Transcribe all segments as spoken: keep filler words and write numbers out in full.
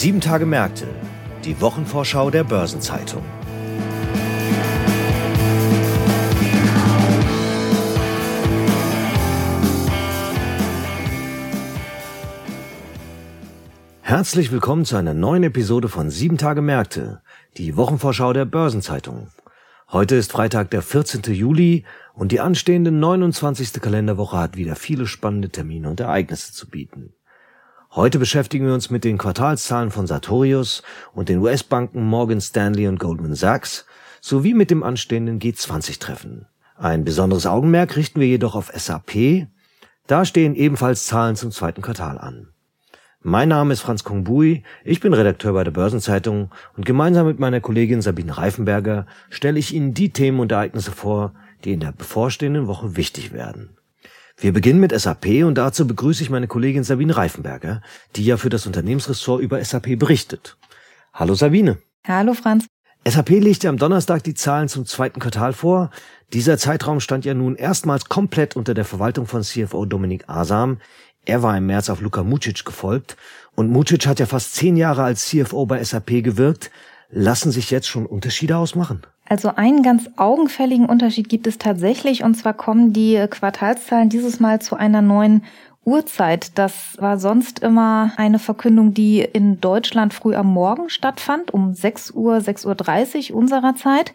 Sieben Tage Märkte, die Wochenvorschau der Börsenzeitung. Herzlich willkommen zu einer neuen Episode von Sieben Tage Märkte, die Wochenvorschau der Börsenzeitung. Heute ist Freitag, der vierzehnten Juli und die anstehende neunundzwanzigste Kalenderwoche hat wieder viele spannende Termine und Ereignisse zu bieten. Heute beschäftigen wir uns mit den Quartalszahlen von Sartorius und den U S-Banken Morgan Stanley und Goldman Sachs sowie mit dem anstehenden G zwanzig-Treffen. Ein besonderes Augenmerk richten wir jedoch auf S A P. Da stehen ebenfalls Zahlen zum zweiten Quartal an. Mein Name ist Franz Kongbui, ich bin Redakteur bei der Börsenzeitung und gemeinsam mit meiner Kollegin Sabine Reifenberger stelle ich Ihnen die Themen und Ereignisse vor, die in der bevorstehenden Woche wichtig werden. Wir beginnen mit S A P und dazu begrüße ich meine Kollegin Sabine Reifenberger, die ja für das Unternehmensressort über S A P berichtet. Hallo Sabine. Hallo Franz. S A P legte am Donnerstag die Zahlen zum zweiten Quartal vor. Dieser Zeitraum stand ja nun erstmals komplett unter der Verwaltung von C F O Dominik Asam. Er war im März auf Luka Mucic gefolgt und Mucic hat ja fast zehn Jahre als C F O bei S A P gewirkt. Lassen sich jetzt schon Unterschiede ausmachen? Also einen ganz augenfälligen Unterschied gibt es tatsächlich, und zwar kommen die Quartalszahlen dieses Mal zu einer neuen Uhrzeit. Das war sonst immer eine Verkündung, die in Deutschland früh am Morgen stattfand, um sechs Uhr, sechs Uhr dreißig unserer Zeit.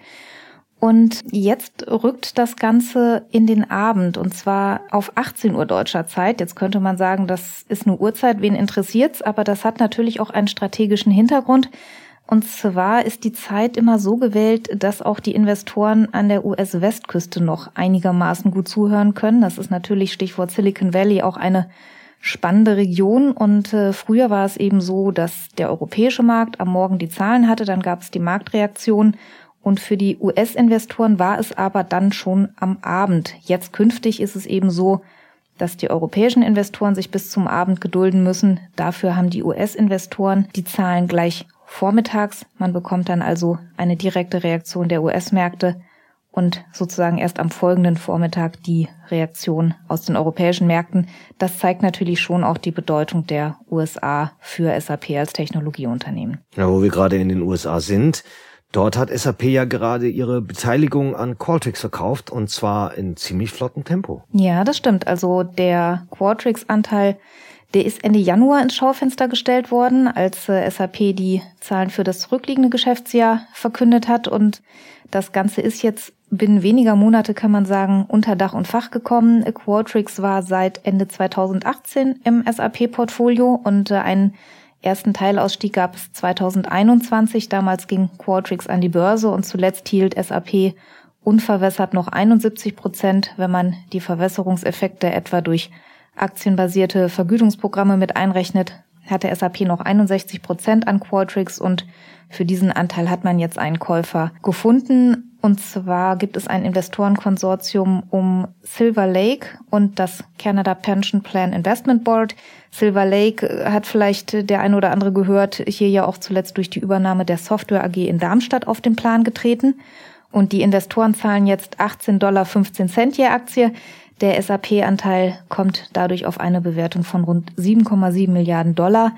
Und jetzt rückt das Ganze in den Abend, und zwar auf achtzehn Uhr deutscher Zeit. Jetzt könnte man sagen, das ist eine Uhrzeit, wen interessiert's? Aber das hat natürlich auch einen strategischen Hintergrund. Und zwar ist die Zeit immer so gewählt, dass auch die Investoren an der U S-Westküste noch einigermaßen gut zuhören können. Das ist natürlich, Stichwort Silicon Valley, auch eine spannende Region. Und äh, früher war es eben so, dass der europäische Markt am Morgen die Zahlen hatte, dann gab es die Marktreaktion. Und für die U S-Investoren war es aber dann schon am Abend. Jetzt künftig ist es eben so, dass die europäischen Investoren sich bis zum Abend gedulden müssen. Dafür haben die U S-Investoren die Zahlen gleich vormittags. Man bekommt dann also eine direkte Reaktion der U S-Märkte und sozusagen erst am folgenden Vormittag die Reaktion aus den europäischen Märkten. Das zeigt natürlich schon auch die Bedeutung der U S A für S A P als Technologieunternehmen. Ja, wo wir gerade in den U S A sind. Dort hat S A P ja gerade ihre Beteiligung an Qualtrics verkauft, und zwar in ziemlich flottem Tempo. Ja, das stimmt. Also der Qualtrics-Anteil, der ist Ende Januar ins Schaufenster gestellt worden, als äh, S A P die Zahlen für das zurückliegende Geschäftsjahr verkündet hat. Und das Ganze ist jetzt binnen weniger Monate, kann man sagen, unter Dach und Fach gekommen. Qualtrics war seit Ende zweitausendachtzehn im S A P-Portfolio und äh, ein ersten Teilausstieg gab es zweitausendeinundzwanzig. Damals ging Qualtrics an die Börse und zuletzt hielt S A P unverwässert noch einundsiebzig Prozent. Wenn man die Verwässerungseffekte etwa durch aktienbasierte Vergütungsprogramme mit einrechnet, hatte S A P noch einundsechzig Prozent an Qualtrics, und für diesen Anteil hat man jetzt einen Käufer gefunden. Und zwar gibt es ein Investorenkonsortium um Silver Lake und das Canada Pension Plan Investment Board. Silver Lake hat vielleicht der ein oder andere gehört, hier ja auch zuletzt durch die Übernahme der Software A G in Darmstadt auf den Plan getreten. Und die Investoren zahlen jetzt achtzehn Dollar fünfzehn je Aktie. Der S A P-Anteil kommt dadurch auf eine Bewertung von rund sieben Komma sieben Milliarden Dollar.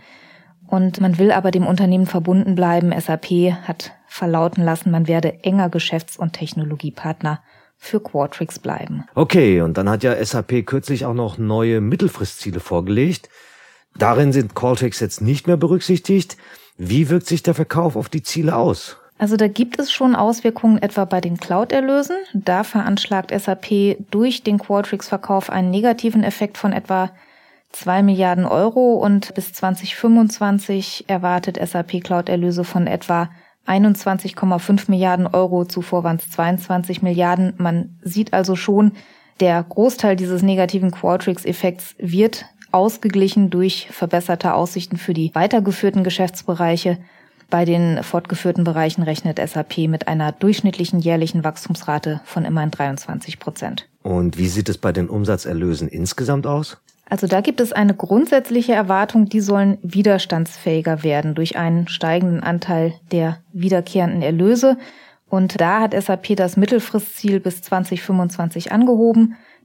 Und man will aber dem Unternehmen verbunden bleiben. S A P hat verlauten lassen, man werde enger Geschäfts- und Technologiepartner für Qualtrics bleiben. Okay, und dann hat ja S A P kürzlich auch noch neue Mittelfristziele vorgelegt. Darin sind Qualtrics jetzt nicht mehr berücksichtigt. Wie wirkt sich der Verkauf auf die Ziele aus? Also da gibt es schon Auswirkungen etwa bei den Cloud-Erlösen. Da veranschlagt S A P durch den Qualtrics-Verkauf einen negativen Effekt von etwa zwei Milliarden Euro, und bis zwanzig fünfundzwanzig erwartet S A P Cloud-Erlöse von etwa einundzwanzig Komma fünf Milliarden Euro, zuvor waren es zweiundzwanzig Milliarden. Man sieht also schon, der Großteil dieses negativen Qualtrics-Effekts wird ausgeglichen durch verbesserte Aussichten für die weitergeführten Geschäftsbereiche. Bei den fortgeführten Bereichen rechnet S A P mit einer durchschnittlichen jährlichen Wachstumsrate von immerhin dreiundzwanzig Prozent. Und wie sieht es bei den Umsatzerlösen insgesamt aus? Also da gibt es eine grundsätzliche Erwartung, die sollen widerstandsfähiger werden durch einen steigenden Anteil der wiederkehrenden Erlöse. Und da hat S A P das Mittelfristziel bis zwanzig fünfundzwanzig angehoben.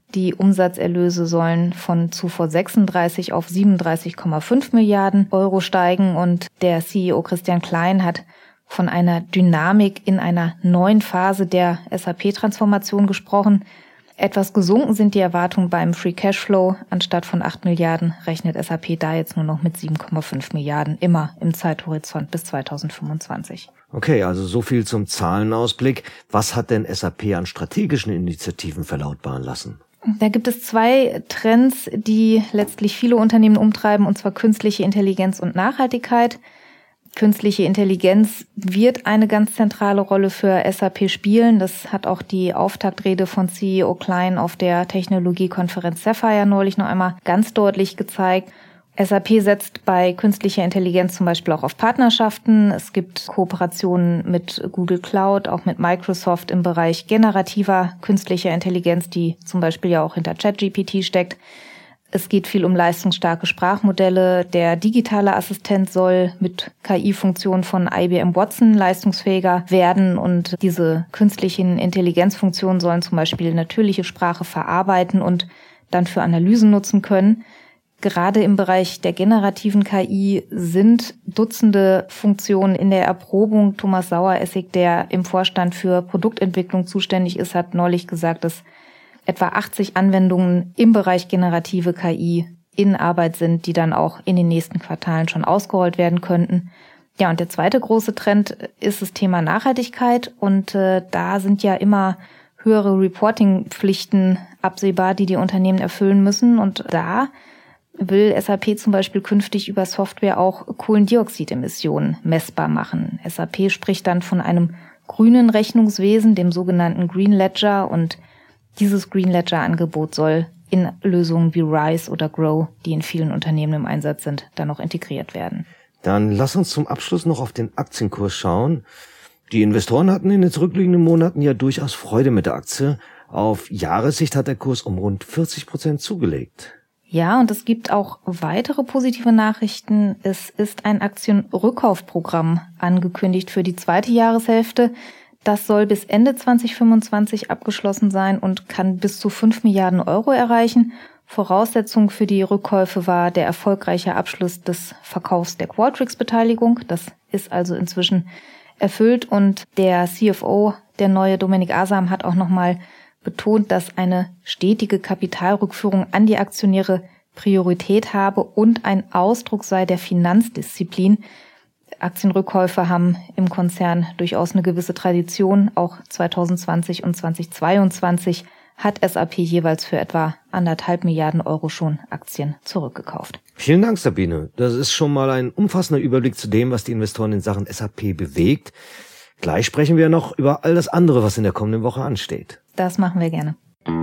Die Umsatzerlöse sollen von zuvor sechsunddreißig auf siebenunddreißig Komma fünf Milliarden Euro steigen und der C E O Christian Klein hat von einer Dynamik in einer neuen Phase der S A P-Transformation gesprochen. Etwas gesunken sind die Erwartungen beim Free Cashflow. Anstatt von acht Milliarden rechnet S A P da jetzt nur noch mit sieben Komma fünf Milliarden, immer im Zeithorizont bis zweitausendfünfundzwanzig. Okay, also so viel zum Zahlenausblick. Was hat denn S A P an strategischen Initiativen verlautbaren lassen? Da gibt es zwei Trends, die letztlich viele Unternehmen umtreiben, und zwar künstliche Intelligenz und Nachhaltigkeit. Künstliche Intelligenz wird eine ganz zentrale Rolle für S A P spielen. Das hat auch die Auftaktrede von C E O Klein auf der Technologiekonferenz Sapphire neulich noch einmal ganz deutlich gezeigt. S A P setzt bei künstlicher Intelligenz zum Beispiel auch auf Partnerschaften. Es gibt Kooperationen mit Google Cloud, auch mit Microsoft im Bereich generativer künstlicher Intelligenz, die zum Beispiel ja auch hinter ChatGPT steckt. Es geht viel um leistungsstarke Sprachmodelle. Der digitale Assistent soll mit K I-Funktionen von I B M Watson leistungsfähiger werden, und diese künstlichen Intelligenzfunktionen sollen zum Beispiel natürliche Sprache verarbeiten und dann für Analysen nutzen können. Gerade im Bereich der generativen K I sind Dutzende Funktionen in der Erprobung. Thomas Saueressig, der im Vorstand für Produktentwicklung zuständig ist, hat neulich gesagt, dass etwa achtzig Anwendungen im Bereich generative K I in Arbeit sind, die dann auch in den nächsten Quartalen schon ausgerollt werden könnten. Ja, und der zweite große Trend ist das Thema Nachhaltigkeit. Und äh, da sind ja immer höhere Reporting-Pflichten absehbar, die die Unternehmen erfüllen müssen. Und da will S A P zum Beispiel künftig über Software auch Kohlendioxidemissionen messbar machen. S A P spricht dann von einem grünen Rechnungswesen, dem sogenannten Green Ledger, und dieses Green Ledger-Angebot soll in Lösungen wie Rise oder Grow, die in vielen Unternehmen im Einsatz sind, dann noch integriert werden. Dann lass uns zum Abschluss noch auf den Aktienkurs schauen. Die Investoren hatten in den zurückliegenden Monaten ja durchaus Freude mit der Aktie. Auf Jahressicht hat der Kurs um rund vierzig Prozent zugelegt. Ja, und es gibt auch weitere positive Nachrichten. Es ist ein Aktienrückkaufprogramm angekündigt für die zweite Jahreshälfte. Das soll bis Ende zweitausendfünfundzwanzig abgeschlossen sein und kann bis zu fünf Milliarden Euro erreichen. Voraussetzung für die Rückkäufe war der erfolgreiche Abschluss des Verkaufs der Qualtrics-Beteiligung. Das ist also inzwischen erfüllt, und der C F O, der neue Dominik Asam, hat auch nochmal betont, dass eine stetige Kapitalrückführung an die Aktionäre Priorität habe und ein Ausdruck sei der Finanzdisziplin. Aktienrückkäufe haben im Konzern durchaus eine gewisse Tradition. Auch zweitausendzwanzig und zweitausendzweiundzwanzig hat S A P jeweils für etwa anderthalb Milliarden Euro schon Aktien zurückgekauft. Vielen Dank, Sabine. Das ist schon mal ein umfassender Überblick zu dem, was die Investoren in Sachen S A P bewegt. Gleich sprechen wir noch über all das andere, was in der kommenden Woche ansteht. Das machen wir gerne.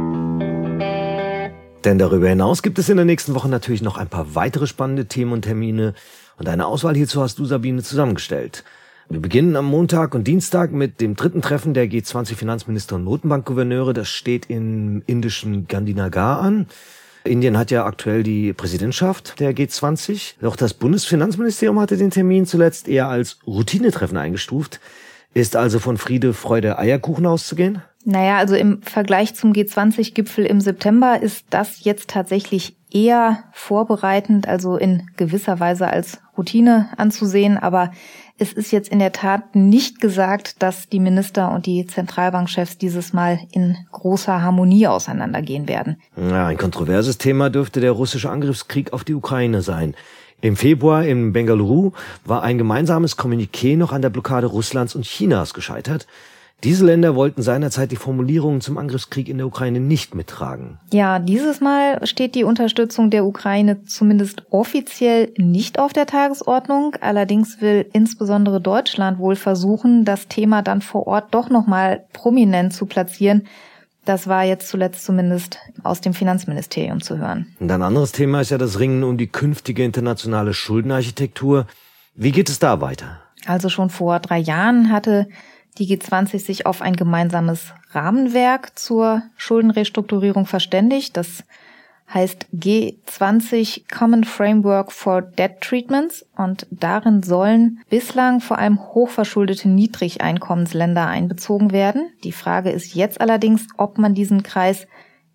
Denn darüber hinaus gibt es in der nächsten Woche natürlich noch ein paar weitere spannende Themen und Termine. Und eine Auswahl hierzu hast du, Sabine, zusammengestellt. Wir beginnen am Montag und Dienstag mit dem dritten Treffen der G zwanzig Finanzminister und Notenbankgouverneure. Das steht im indischen Gandhinagar an. Indien hat ja aktuell die Präsidentschaft der G zwanzig. Doch das Bundesfinanzministerium hatte den Termin zuletzt eher als Routinetreffen eingestuft. Ist also von Friede, Freude, Eierkuchen auszugehen? Naja, also im Vergleich zum G zwanzig-Gipfel im September ist das jetzt tatsächlich eher vorbereitend, also in gewisser Weise als Routine anzusehen. Aber es ist jetzt in der Tat nicht gesagt, dass die Minister und die Zentralbankchefs dieses Mal in großer Harmonie auseinandergehen werden. Ja, ein kontroverses Thema dürfte der russische Angriffskrieg auf die Ukraine sein. Im Februar in Bengaluru war ein gemeinsames Kommuniqué noch an der Blockade Russlands und Chinas gescheitert. Diese Länder wollten seinerzeit die Formulierungen zum Angriffskrieg in der Ukraine nicht mittragen. Ja, dieses Mal steht die Unterstützung der Ukraine zumindest offiziell nicht auf der Tagesordnung. Allerdings will insbesondere Deutschland wohl versuchen, das Thema dann vor Ort doch nochmal prominent zu platzieren. Das war jetzt zuletzt zumindest aus dem Finanzministerium zu hören. Und ein anderes Thema ist ja das Ringen um die künftige internationale Schuldenarchitektur. Wie geht es da weiter? Also schon vor drei Jahren hatte die G zwanzig sich auf ein gemeinsames Rahmenwerk zur Schuldenrestrukturierung verständigt. Das heißt G zwanzig Common Framework for Debt Treatments, und darin sollen bislang vor allem hochverschuldete Niedrigeinkommensländer einbezogen werden. Die Frage ist jetzt allerdings, ob man diesen Kreis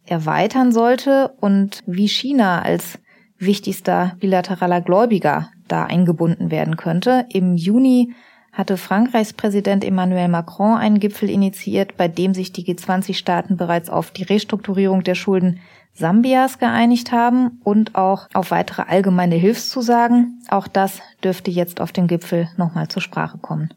erweitern sollte und wie China als wichtigster bilateraler Gläubiger da eingebunden werden könnte. Im Juni hatte Frankreichs Präsident Emmanuel Macron einen Gipfel initiiert, bei dem sich die G zwanzig Staaten bereits auf die Restrukturierung der Schulden Sambias geeinigt haben und auch auf weitere allgemeine Hilfszusagen. Auch das dürfte jetzt auf dem Gipfel nochmal zur Sprache kommen.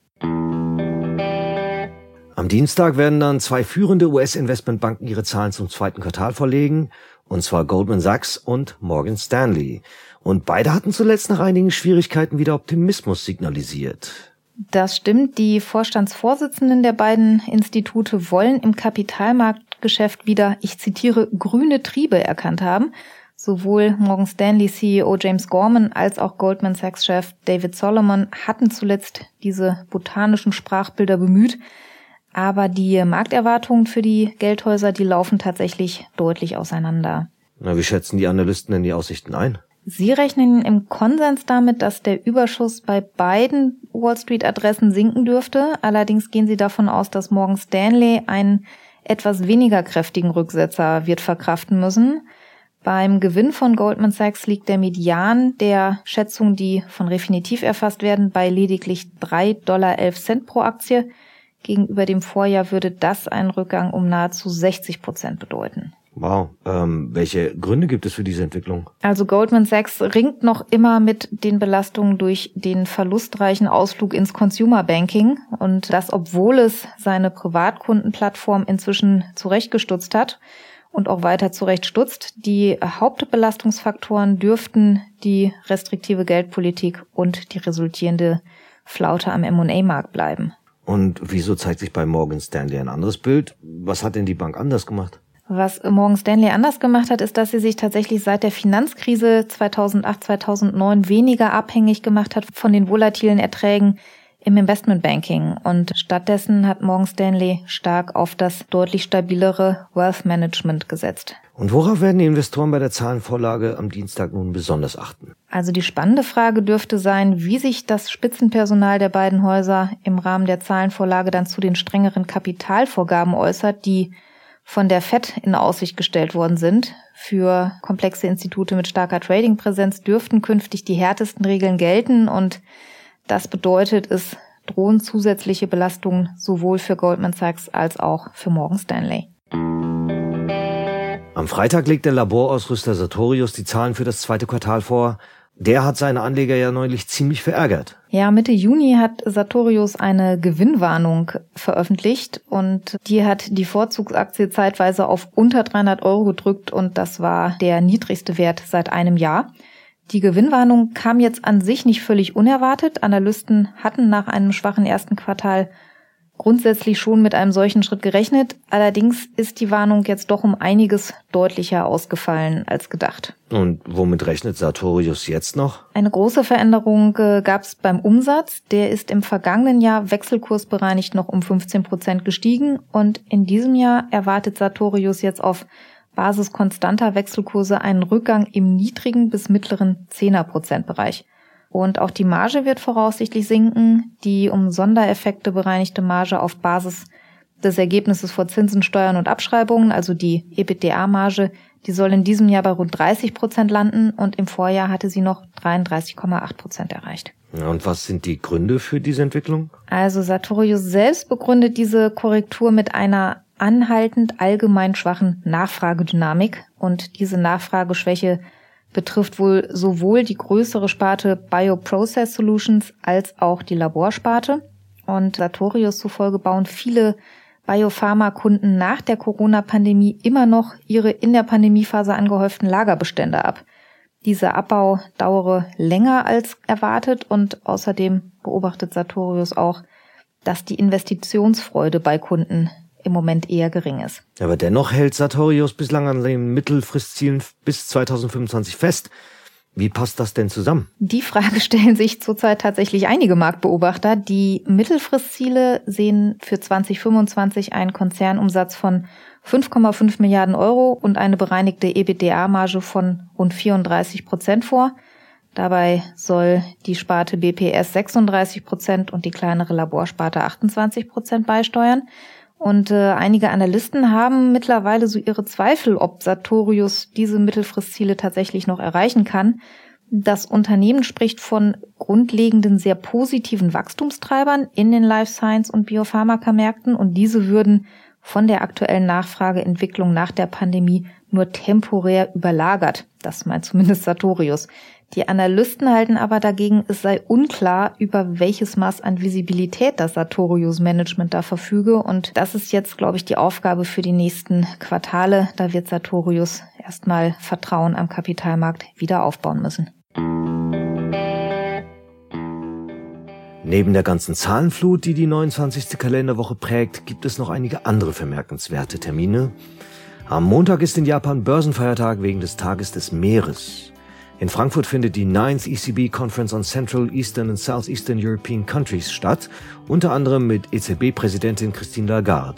Am Dienstag werden dann zwei führende U S-Investmentbanken ihre Zahlen zum zweiten Quartal vorlegen, und zwar Goldman Sachs und Morgan Stanley. Und beide hatten zuletzt nach einigen Schwierigkeiten wieder Optimismus signalisiert. Das stimmt. Die Vorstandsvorsitzenden der beiden Institute wollen im Kapitalmarktgeschäft wieder, ich zitiere, grüne Triebe erkannt haben. Sowohl Morgan Stanley C E O James Gorman als auch Goldman Sachs-Chef David Solomon hatten zuletzt diese botanischen Sprachbilder bemüht. Aber die Markterwartungen für die Geldhäuser, die laufen tatsächlich deutlich auseinander. Na, wie schätzen die Analysten denn die Aussichten ein? Sie rechnen im Konsens damit, dass der Überschuss bei beiden Wall-Street-Adressen sinken dürfte. Allerdings gehen sie davon aus, dass Morgan Stanley einen etwas weniger kräftigen Rücksetzer wird verkraften müssen. Beim Gewinn von Goldman Sachs liegt der Median der Schätzungen, die von Refinitiv erfasst werden, bei lediglich drei Dollar elf pro Aktie. Gegenüber dem Vorjahr würde das einen Rückgang um nahezu sechzig Prozent bedeuten. Wow, ähm, welche Gründe gibt es für diese Entwicklung? Also Goldman Sachs ringt noch immer mit den Belastungen durch den verlustreichen Ausflug ins Consumer Banking und das, obwohl es seine Privatkundenplattform inzwischen zurechtgestutzt hat und auch weiter zurechtstutzt. Die Hauptbelastungsfaktoren dürften die restriktive Geldpolitik und die resultierende Flaute am M und A-Markt bleiben. Und wieso zeigt sich bei Morgan Stanley ein anderes Bild? Was hat denn die Bank anders gemacht? Was Morgan Stanley anders gemacht hat, ist, dass sie sich tatsächlich seit der Finanzkrise zweitausendacht, zweitausendneun weniger abhängig gemacht hat von den volatilen Erträgen im Investmentbanking. Und stattdessen hat Morgan Stanley stark auf das deutlich stabilere Wealth Management gesetzt. Und worauf werden die Investoren bei der Zahlenvorlage am Dienstag nun besonders achten? Also die spannende Frage dürfte sein, wie sich das Spitzenpersonal der beiden Häuser im Rahmen der Zahlenvorlage dann zu den strengeren Kapitalvorgaben äußert, die von der Fed in Aussicht gestellt worden sind. Für komplexe Institute mit starker Trading-Präsenz dürften künftig die härtesten Regeln gelten und das bedeutet, es drohen zusätzliche Belastungen sowohl für Goldman Sachs als auch für Morgan Stanley. Am Freitag legt der Laborausrüster Sartorius die Zahlen für das zweite Quartal vor. Der hat seine Anleger ja neulich ziemlich verärgert. Ja, Mitte Juni hat Sartorius eine Gewinnwarnung veröffentlicht und die hat die Vorzugsaktie zeitweise auf unter dreihundert Euro gedrückt und das war der niedrigste Wert seit einem Jahr. Die Gewinnwarnung kam jetzt an sich nicht völlig unerwartet. Analysten hatten nach einem schwachen ersten Quartal grundsätzlich schon mit einem solchen Schritt gerechnet. Allerdings ist die Warnung jetzt doch um einiges deutlicher ausgefallen als gedacht. Und womit rechnet Sartorius jetzt noch? Eine große Veränderung äh, gab es beim Umsatz. Der ist im vergangenen Jahr wechselkursbereinigt noch um fünfzehn Prozent gestiegen. Und in diesem Jahr erwartet Sartorius jetzt auf Basis konstanter Wechselkurse einen Rückgang im niedrigen bis mittleren Zehner-Prozent-Bereich. Und auch die Marge wird voraussichtlich sinken. Die um Sondereffekte bereinigte Marge auf Basis des Ergebnisses vor Zinsen, Steuern und Abschreibungen, also die EBITDA-Marge, die soll in diesem Jahr bei rund dreißig Prozent landen und im Vorjahr hatte sie noch dreiunddreißig Komma acht Prozent erreicht. Ja, und was sind die Gründe für diese Entwicklung? Also Sartorius selbst begründet diese Korrektur mit einer anhaltend allgemein schwachen Nachfragedynamik und diese Nachfrageschwäche betrifft wohl sowohl die größere Sparte Bioprocess Solutions als auch die Laborsparte. Und Sartorius zufolge bauen viele Biopharma-Kunden nach der Corona-Pandemie immer noch ihre in der Pandemiephase angehäuften Lagerbestände ab. Dieser Abbau dauere länger als erwartet und außerdem beobachtet Sartorius auch, dass die Investitionsfreude bei Kunden im Moment eher gering ist. Aber dennoch hält Sartorius bislang an den Mittelfristzielen bis zweitausendfünfundzwanzig fest. Wie passt das denn zusammen? Die Frage stellen sich zurzeit tatsächlich einige Marktbeobachter. Die Mittelfristziele sehen für zweitausendfünfundzwanzig einen Konzernumsatz von fünf Komma fünf Milliarden Euro und eine bereinigte EBITDA-Marge von rund vierunddreißig Prozent vor. Dabei soll die Sparte B P S sechsunddreißig Prozent und die kleinere Laborsparte achtundzwanzig Prozent beisteuern. Und äh, einige Analysten haben mittlerweile so ihre Zweifel, ob Sartorius diese Mittelfristziele tatsächlich noch erreichen kann. Das Unternehmen spricht von grundlegenden, sehr positiven Wachstumstreibern in den Life Science- und Biopharmakamärkten und diese würden von der aktuellen Nachfrageentwicklung nach der Pandemie nur temporär überlagert. Das meint zumindest Sartorius. Die Analysten halten aber dagegen, es sei unklar, über welches Maß an Visibilität das Sartorius-Management da verfüge. Und das ist jetzt, glaube ich, die Aufgabe für die nächsten Quartale. Da wird Sartorius erstmal Vertrauen am Kapitalmarkt wieder aufbauen müssen. Neben der ganzen Zahlenflut, die die neunundzwanzigste Kalenderwoche prägt, gibt es noch einige andere vermerkenswerte Termine. Am Montag ist in Japan Börsenfeiertag wegen des Tages des Meeres. In Frankfurt findet die ninth E C B Conference on Central, Eastern and Southeastern European Countries statt, unter anderem mit E Z B-Präsidentin Christine Lagarde.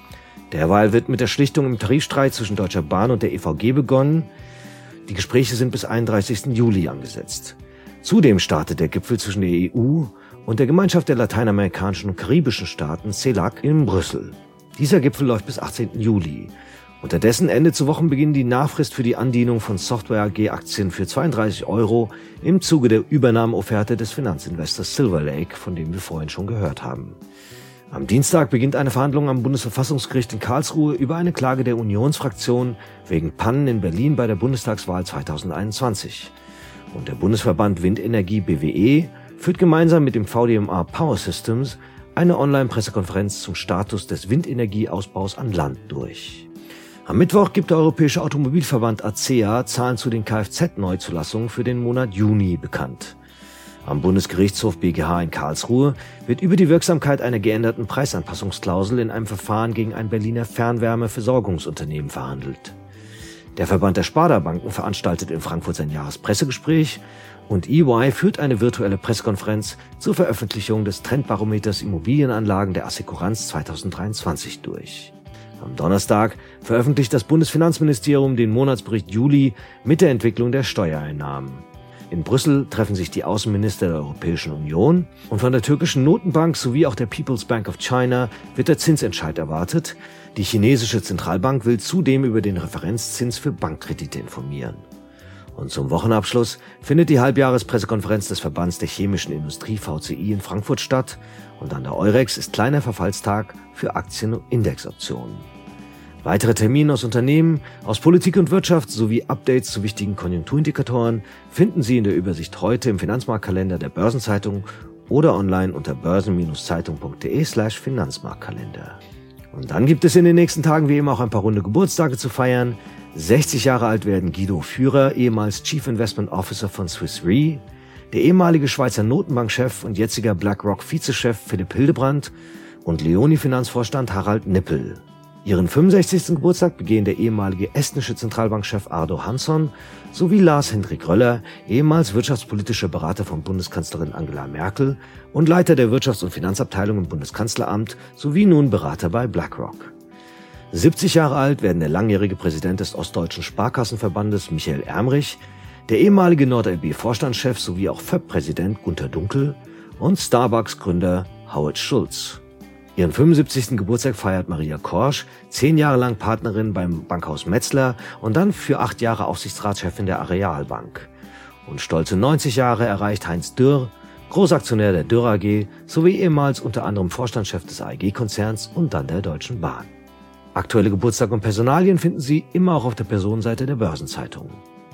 Derweil wird mit der Schlichtung im Tarifstreit zwischen Deutscher Bahn und der E V G begonnen. Die Gespräche sind bis einunddreißigsten Juli angesetzt. Zudem startet der Gipfel zwischen der E U und der Gemeinschaft der lateinamerikanischen und karibischen Staaten CELAC in Brüssel. Dieser Gipfel läuft bis achtzehnten Juli. Unterdessen endet zu Wochenbeginn die Nachfrist für die Andienung von Software A G-Aktien für zweiunddreißig Euro im Zuge der Übernahmeofferte des Finanzinvestors Silver Lake, von dem wir vorhin schon gehört haben. Am Dienstag beginnt eine Verhandlung am Bundesverfassungsgericht in Karlsruhe über eine Klage der Unionsfraktion wegen Pannen in Berlin bei der Bundestagswahl zweitausendeinundzwanzig. Und der Bundesverband Windenergie B W E führt gemeinsam mit dem V D M A Power Systems eine Online-Pressekonferenz zum Status des Windenergieausbaus an Land durch. Am Mittwoch gibt der Europäische Automobilverband A C E A Zahlen zu den Kfz-Neuzulassungen für den Monat Juni bekannt. Am Bundesgerichtshof B G H in Karlsruhe wird über die Wirksamkeit einer geänderten Preisanpassungsklausel in einem Verfahren gegen ein Berliner Fernwärmeversorgungsunternehmen verhandelt. Der Verband der Sparda-Banken veranstaltet in Frankfurt sein Jahrespressegespräch und E Y führt eine virtuelle Pressekonferenz zur Veröffentlichung des Trendbarometers Immobilienanlagen der Assekuranz zweitausenddreiundzwanzig durch. Am Donnerstag veröffentlicht das Bundesfinanzministerium den Monatsbericht Juli mit der Entwicklung der Steuereinnahmen. In Brüssel treffen sich die Außenminister der Europäischen Union und von der türkischen Notenbank sowie auch der People's Bank of China wird der Zinsentscheid erwartet. Die chinesische Zentralbank will zudem über den Referenzzins für Bankkredite informieren. Und zum Wochenabschluss findet die Halbjahrespressekonferenz des Verbands der chemischen Industrie V C I in Frankfurt statt und an der Eurex ist kleiner Verfallstag für Aktien- und Indexoptionen. Weitere Termine aus Unternehmen, aus Politik und Wirtschaft sowie Updates zu wichtigen Konjunkturindikatoren finden Sie in der Übersicht heute im Finanzmarktkalender der Börsenzeitung oder online unter börsen-zeitung.de slash Finanzmarktkalender. Und dann gibt es in den nächsten Tagen wie immer auch ein paar runde Geburtstage zu feiern. sechzig Jahre alt werden Guido Führer, ehemals Chief Investment Officer von Swiss Re, der ehemalige Schweizer Notenbankchef und jetziger BlackRock-Vizechef Philipp Hildebrand und Leoni-Finanzvorstand Harald Nippel. Ihren fünfundsechzigsten Geburtstag begehen der ehemalige estnische Zentralbankchef Ardo Hansson sowie Lars-Hendrik Röller, ehemals wirtschaftspolitischer Berater von Bundeskanzlerin Angela Merkel und Leiter der Wirtschafts- und Finanzabteilung im Bundeskanzleramt sowie nun Berater bei BlackRock. siebzig Jahre alt werden der langjährige Präsident des Ostdeutschen Sparkassenverbandes Michael Ermrich, der ehemalige Nord-L B-Vorstandschef sowie auch F Ö B-Präsident Gunter Dunkel und Starbucks-Gründer Howard Schulz. Ihren fünfundsiebzigsten Geburtstag feiert Maria Korsch, zehn Jahre lang Partnerin beim Bankhaus Metzler und dann für acht Jahre Aufsichtsratschefin der Arealbank. Und stolze neunzig Jahre erreicht Heinz Dürr, Großaktionär der Dürr A G sowie ehemals unter anderem Vorstandschef des A E G-Konzerns und dann der Deutschen Bahn. Aktuelle Geburtstag und Personalien finden Sie immer auch auf der Personenseite der Börsenzeitung.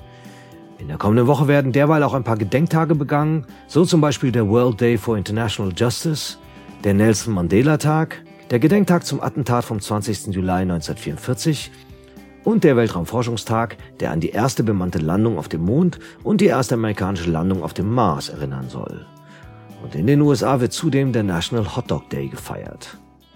In der kommenden Woche werden derweil auch ein paar Gedenktage begangen, so zum Beispiel der World Day for International Justice, der Nelson Mandela Tag, der Gedenktag zum Attentat vom zwanzigsten Juli neunzehnhundertvierundvierzig und der Weltraumforschungstag, der an die erste bemannte Landung auf dem Mond und die erste amerikanische Landung auf dem Mars erinnern soll. Und in den U S A wird zudem der National Hot Dog Day gefeiert.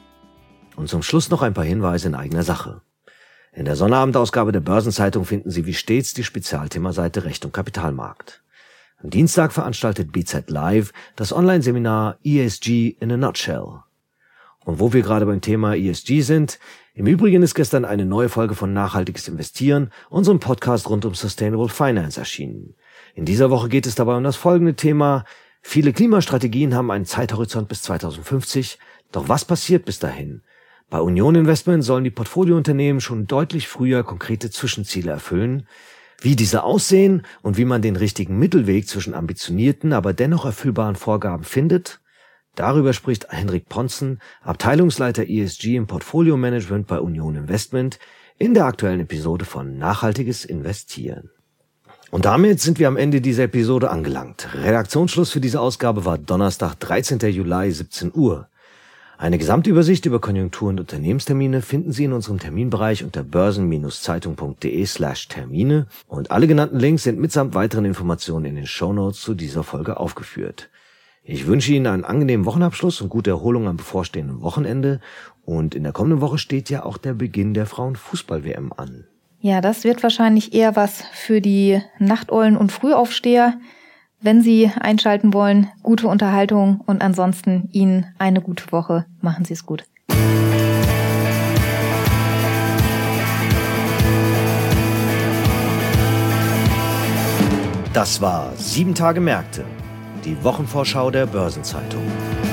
Und zum Schluss noch ein paar Hinweise in eigener Sache. In der Sonnterabendausgabe der Börsenzeitung finden Sie wie stets die Spezialthemaseite Recht und Kapitalmarkt. Am Dienstag veranstaltet B Z Live das Online-Seminar E S G in a Nutshell. Und wo wir gerade beim Thema E S G sind, im Übrigen ist gestern eine neue Folge von Nachhaltiges Investieren, unserem Podcast rund um Sustainable Finance, erschienen. In dieser Woche geht es dabei um das folgende Thema: Viele Klimastrategien haben einen Zeithorizont bis zweitausendfünfzig, doch was passiert bis dahin? Bei Union Investment sollen die Portfoliounternehmen schon deutlich früher konkrete Zwischenziele erfüllen. Wie diese aussehen und wie man den richtigen Mittelweg zwischen ambitionierten, aber dennoch erfüllbaren Vorgaben findet, darüber spricht Henrik Pontzen, Abteilungsleiter E S G im Portfolio Management bei Union Investment, in der aktuellen Episode von Nachhaltiges Investieren. Und damit sind wir am Ende dieser Episode angelangt. Redaktionsschluss für diese Ausgabe war Donnerstag, dreizehnten Juli, siebzehn Uhr. Eine Gesamtübersicht über Konjunktur- und Unternehmenstermine finden Sie in unserem Terminbereich unter börsen-zeitung.de slash Termine und alle genannten Links sind mitsamt weiteren Informationen in den Shownotes zu dieser Folge aufgeführt. Ich wünsche Ihnen einen angenehmen Wochenabschluss und gute Erholung am bevorstehenden Wochenende. Und in der kommenden Woche steht ja auch der Beginn der Frauenfußball-W M an. Ja, das wird wahrscheinlich eher was für die Nachteulen und Frühaufsteher. Wenn Sie einschalten wollen, gute Unterhaltung und ansonsten Ihnen eine gute Woche. Machen Sie es gut. Das war sieben Tage Märkte, die Wochenvorschau der Börsenzeitung.